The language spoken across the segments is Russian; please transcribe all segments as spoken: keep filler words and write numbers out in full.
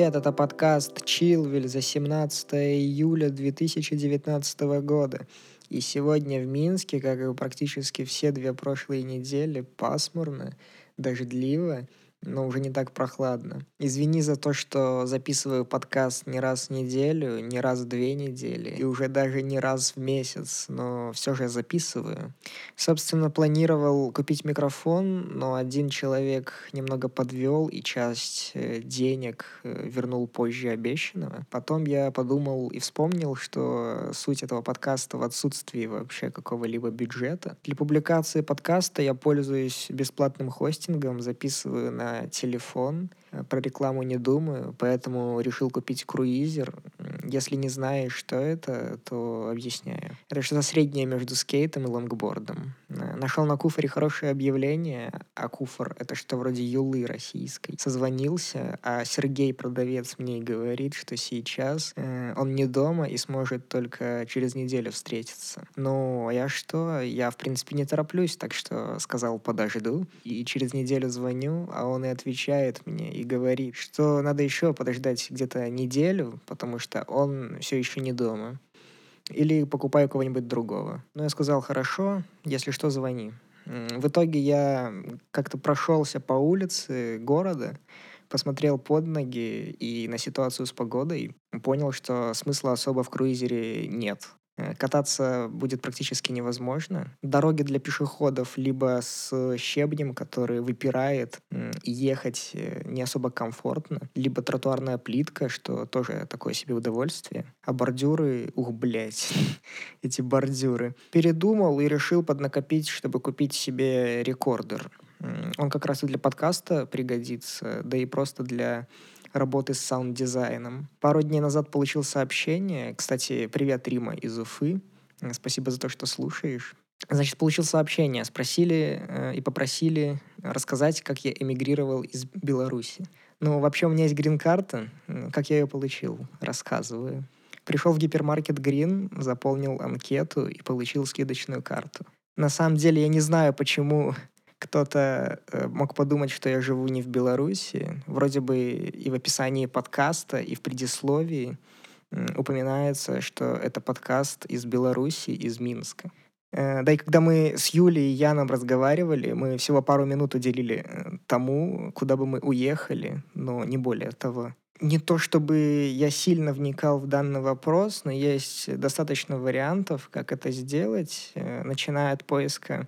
привет! Это подкаст «Чилвель» за семнадцатое июля две тысячи девятнадцатого года. И сегодня в Минске, как и практически все две прошлые недели, пасмурно, дождливо, но уже не так прохладно. Извини за то, что записываю подкаст не раз в неделю, не раз в две недели и уже даже не раз в месяц, но все же записываю. Собственно, планировал купить микрофон, но один человек немного подвел и часть э, денег э, вернул позже обещанного. Потом я подумал и вспомнил, что суть этого подкаста в отсутствии вообще какого-либо бюджета. Для публикации подкаста я пользуюсь бесплатным хостингом, записываю на телефон, э, про рекламу не думаю, поэтому решил купить круизер. М, Если не знаешь, что это, то объясняю. Это что-то среднее между скейтом и лонгбордом. Э, Нашел на Куфоре хорошее объявление, а Куфор — это что вроде Юлы российской. Созвонился, а Сергей, продавец, мне и говорит, что сейчас э, он не дома и сможет только через неделю встретиться. Ну, а я что? Я, в принципе, не тороплюсь, так что сказал подожду. И через неделю звоню, а он и отвечает мне и говорит, что надо еще подождать где-то неделю, потому что он все еще не дома. Или покупаю кого-нибудь другого. Ну, я сказал, хорошо, если что, звони. М, В итоге я как-то прошелся по улице города, посмотрел под ноги и на ситуацию с погодой, понял, что смысла особо в круизере нет. Э, Кататься будет практически невозможно. Дороги для пешеходов либо с щебнем, который выпирает, м, и ехать э, не особо комфортно, либо тротуарная плитка, что тоже такое себе удовольствие. А бордюры, ух, блядь, эти бордюры. Передумал и решил поднакопить, чтобы купить себе рекордер. М, Он как раз и для подкаста пригодится, да и просто для работы с саунд-дизайном. Пару дней назад получил сообщение. Кстати, привет, Рима из Уфы. Э, Спасибо за то, что слушаешь. Значит, получил сообщение. Спросили э, и попросили рассказать, как я эмигрировал из Беларуси. Ну, вообще, у меня есть грин-карта. М, Как я ее получил? Рассказываю. Пришел в гипермаркет Green, заполнил анкету и получил скидочную карту. На самом деле я не знаю, почему кто-то э, мог подумать, что я живу не в Беларуси. Вроде бы и в описании подкаста, и в предисловии м, упоминается, что это подкаст из Беларуси, из Минска. Э, Да и когда мы с Юлей и Яном разговаривали, мы всего пару минут уделили э, тому, куда бы мы уехали, но не более того. Не то чтобы я сильно вникал в данный вопрос, но есть достаточно вариантов, как это сделать, э, начиная от поиска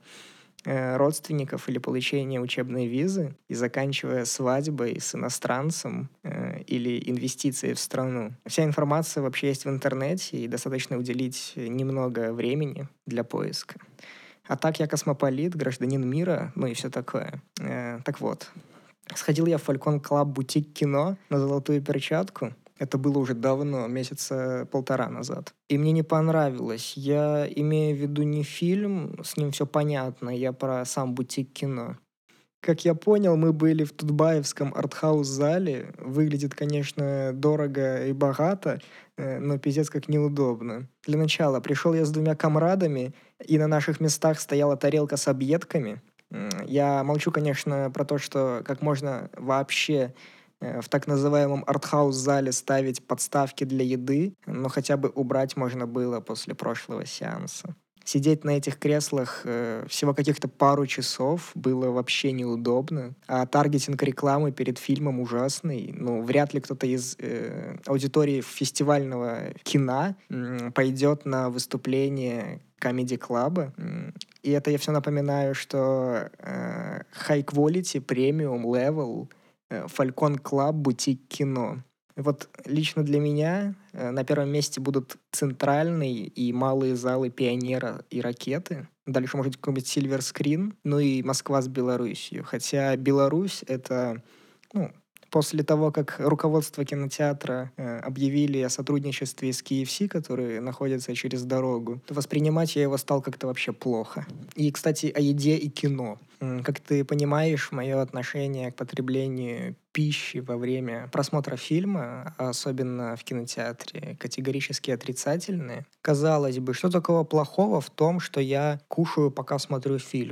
э, родственников или получения учебной визы и заканчивая свадьбой с иностранцем э, или инвестицией в страну. Вся информация вообще есть в интернете, и достаточно уделить немного времени для поиска. А так я космополит, гражданин мира, ну и все такое. Э, так вот, сходил я в Falcon Club бутик кино на золотую перчатку. Это было уже давно, месяца полтора назад. И мне не понравилось. Я имею в виду не фильм, с ним все понятно, я про сам бутик кино. Как я понял, мы были в Тутбаевском артхаус-зале. Выглядит, конечно, дорого и богато, э, но пиздец как неудобно. Для начала пришел я с двумя комрадами, и на наших местах стояла тарелка с объедками. М, Я молчу, конечно, про то, что как можно вообще э, в так называемом артхаус-зале ставить подставки для еды, но хотя бы убрать можно было после прошлого сеанса. Сидеть на этих креслах э, всего каких-то пару часов было вообще неудобно. А таргетинг рекламы перед фильмом ужасный. Ну, вряд ли кто-то из э, аудитории фестивального кино м, пойдет на выступление Comedy Club. М, И это я все напоминаю, что э, high quality, премиум, level, э, Falcon Club, бутик кино. Вот лично для меня э, на первом месте будут центральный и малые залы Пионера и Ракеты. Дальше может быть какой-нибудь Silver Screen, ну и Москва с Беларусью. Хотя Беларусь — это, ну, после того, как руководство кинотеатра э, объявили о сотрудничестве с K F C, который находится через дорогу, то воспринимать я его стал как-то вообще плохо. И, кстати, о еде и кино. М, Как ты понимаешь, мое отношение к потреблению пищи во время просмотра фильма, а особенно в кинотеатре, категорически отрицательное. Казалось бы, что такого плохого в том, что я кушаю, пока смотрю фильм?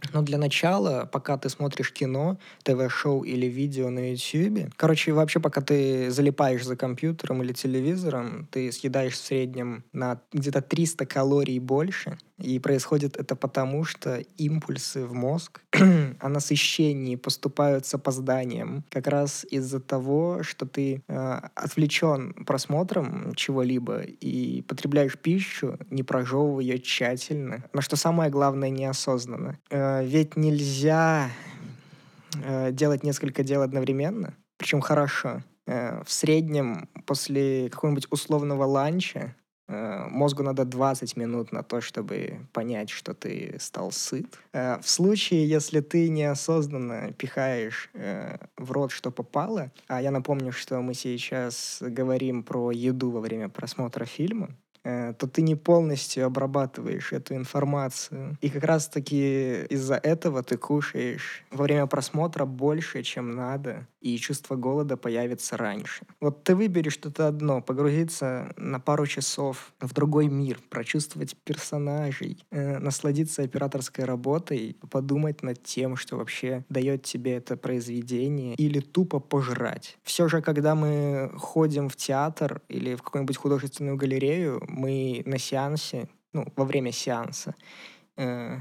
Но для начала, пока ты смотришь кино, ТВ-шоу или видео на Ютьюбе, короче, вообще, пока ты залипаешь за компьютером или телевизором, ты съедаешь в среднем на где-то триста калорий больше. И происходит это потому, что импульсы в мозг о насыщении поступают с опозданием. Как раз из-за того, что ты э, отвлечен просмотром чего-либо и потребляешь пищу, не прожевывая ее тщательно. Но что самое главное, неосознанно. Э, ведь нельзя э, делать несколько дел одновременно, причем хорошо. Э, в среднем после какого-нибудь условного ланча э, мозгу надо двадцать минут на то, чтобы понять, что ты стал сыт. Э, в случае, если ты неосознанно пихаешь э, в рот, что попало, а я напомню, что мы сейчас говорим про еду во время просмотра фильма, э, то ты не полностью обрабатываешь эту информацию. И как раз-таки из-за этого ты кушаешь во время просмотра больше, чем надо, и чувство голода появится раньше. Вот ты выберешь что-то одно, погрузиться на пару часов в другой мир, прочувствовать персонажей, э, насладиться операторской работой, подумать над тем, что вообще дает тебе это произведение, или тупо пожрать. Все же, когда мы ходим в театр или в какую-нибудь художественную галерею, мы на сеансе, ну, во время сеанса, э,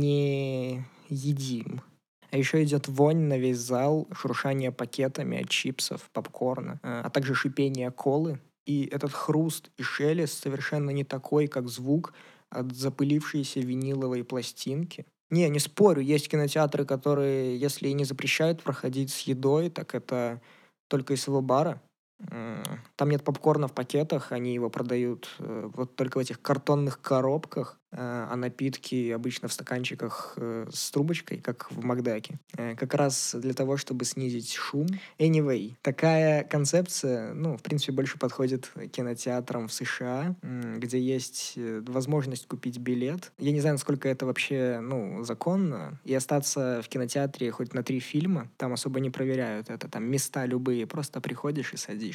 не едим. А еще идет вонь на весь зал, шуршание пакетами от чипсов, попкорна, э, а также шипение колы. И этот хруст и шелест совершенно не такой, как звук от запылившейся виниловой пластинки. Не, не спорю, есть кинотеатры, которые, если и не запрещают проходить с едой, так это только из своего бара. М, Там нет попкорна в пакетах, они его продают э, вот только в этих картонных коробках, э, а напитки обычно в стаканчиках э, с трубочкой, как в Макдаке. Э, как раз для того, чтобы снизить шум. Anyway, такая концепция, ну, в принципе, больше подходит кинотеатрам в США, м, где есть э, возможность купить билет. Я не знаю, насколько это вообще, ну, законно, и остаться в кинотеатре хоть на три фильма, там особо не проверяют это, там места любые, просто приходишь и садишься.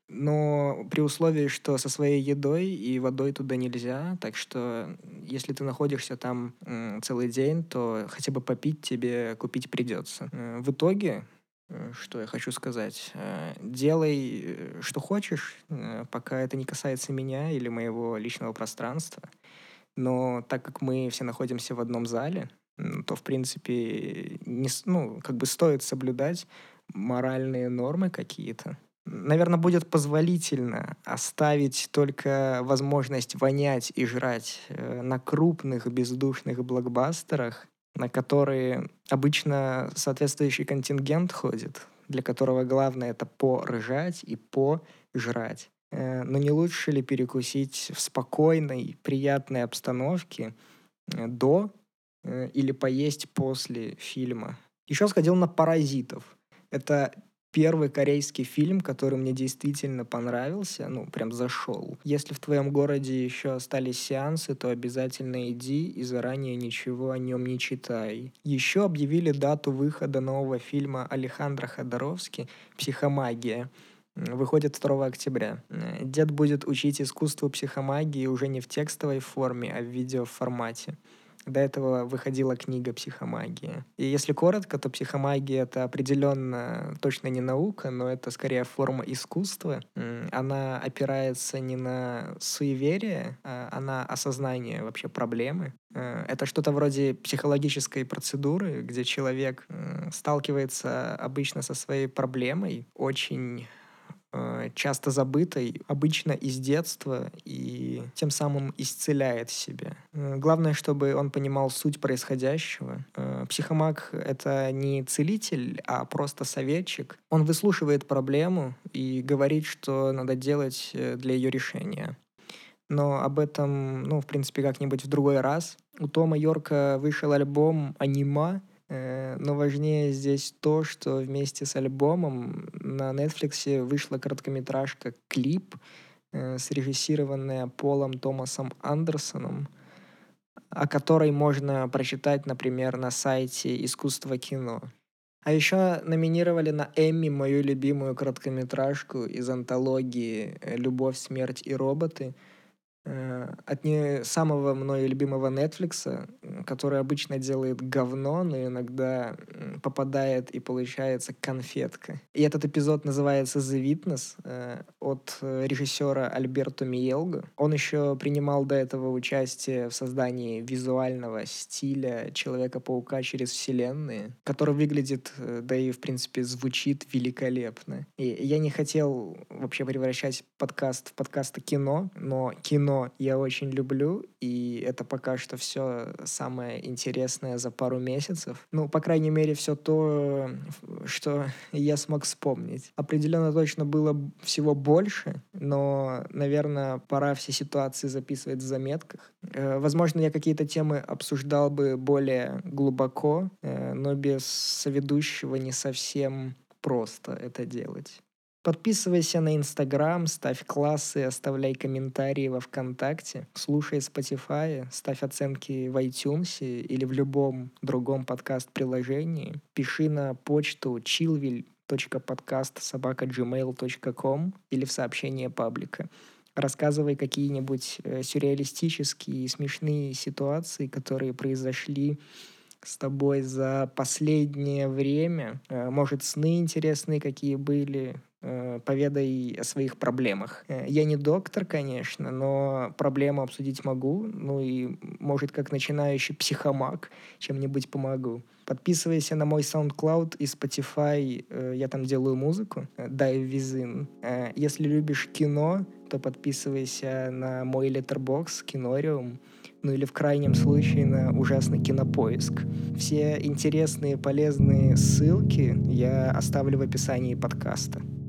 Но при условии, что со своей едой и водой туда нельзя, так что если ты находишься там м, целый день, то хотя бы попить тебе купить придется. Э, В итоге, э, что я хочу сказать, э, делай, э, что хочешь, э, пока это не касается меня или моего личного пространства. Но так как мы все находимся в одном зале, м, то, в принципе, не, с- ну, как бы стоит соблюдать моральные нормы какие-то. Наверное, будет позволительно оставить только возможность вонять и жрать э, на крупных бездушных блокбастерах, на которые обычно соответствующий контингент ходит, для которого главное это порыжать и пожрать. Э, но не лучше ли перекусить в спокойной, приятной обстановке э, до э, или поесть после фильма? Еще сходил на «Паразитов». Это первый корейский фильм, который мне действительно понравился, ну, прям зашел. Если в твоем городе еще остались сеансы, то обязательно иди и заранее ничего о нем не читай. Еще объявили дату выхода нового фильма Алехандро Ходоровски «Психомагия». М, Выходит второго октября. Э, Дед будет учить искусству психомагии уже не в текстовой форме, а в видеоформате. До этого выходила книга «Психомагия». И если коротко, то психомагия — это определенно точно не наука, но это скорее форма искусства. М, Она опирается не на суеверие, а на осознание вообще проблемы. Э, Это что-то вроде психологической процедуры, где человек м, сталкивается обычно со своей проблемой, очень э, часто забытой, обычно из детства, и тем самым исцеляет себя. Э, Главное, чтобы он понимал суть происходящего. Э, Психомаг — это не целитель, а просто советчик. Он выслушивает проблему и говорит, что надо делать э, для ее решения. Но об этом, ну, в принципе, как-нибудь в другой раз. У Тома Йорка вышел альбом «Анима», э, но важнее здесь то, что вместе с альбомом на Netflix вышла короткометражка «Клип», э, срежиссированная Полом Томасом Андерсоном, о которой можно прочитать, например, на сайте «Искусство кино». А еще номинировали на Эмми мою любимую короткометражку из антологии э, «Любовь, смерть и роботы», э, от не самого мною любимого Netflix, который обычно делает говно, но иногда попадает и получается конфетка. И этот эпизод называется «The Witness» э, от режиссера Альберто Миелго. Он еще принимал до этого участие в создании визуального стиля Человека-паука через вселенные, который выглядит, да и, в принципе, звучит великолепно. И я не хотел вообще превращать подкаст в подкаст о кино, но кино я очень люблю, и это пока что все самое интересное за пару месяцев. Ну, по крайней мере, все то, что я смог вспомнить. Определенно точно было всего больше, но, наверное, пора все ситуации записывать в заметках. Э, возможно, я какие-то темы обсуждал бы более глубоко, э, но без соведущего не совсем просто это делать. Подписывайся на Инстаграм, ставь классы, оставляй комментарии во ВКонтакте, слушай Spotify, ставь оценки в iTunes или в любом другом подкаст-приложении. Пиши на почту chillville точка подкаст собака джимейл точка ком или в сообщение паблика. Рассказывай какие-нибудь э, сюрреалистические и смешные ситуации, которые произошли с тобой за последнее время. Э, может, сны интересные какие были. Э, поведай о своих проблемах. Э, я не доктор, конечно, но проблему обсудить могу. Ну и, может, как начинающий психомаг чем-нибудь помогу. Подписывайся на мой SoundCloud и Spotify. Э, я там делаю музыку. Э, Dive Within. Э, если любишь кино, то подписывайся на мой Letterboxd, Кинориум. Ну или в крайнем случае на ужасный Кинопоиск. Все интересные, полезные ссылки я оставлю в описании подкаста.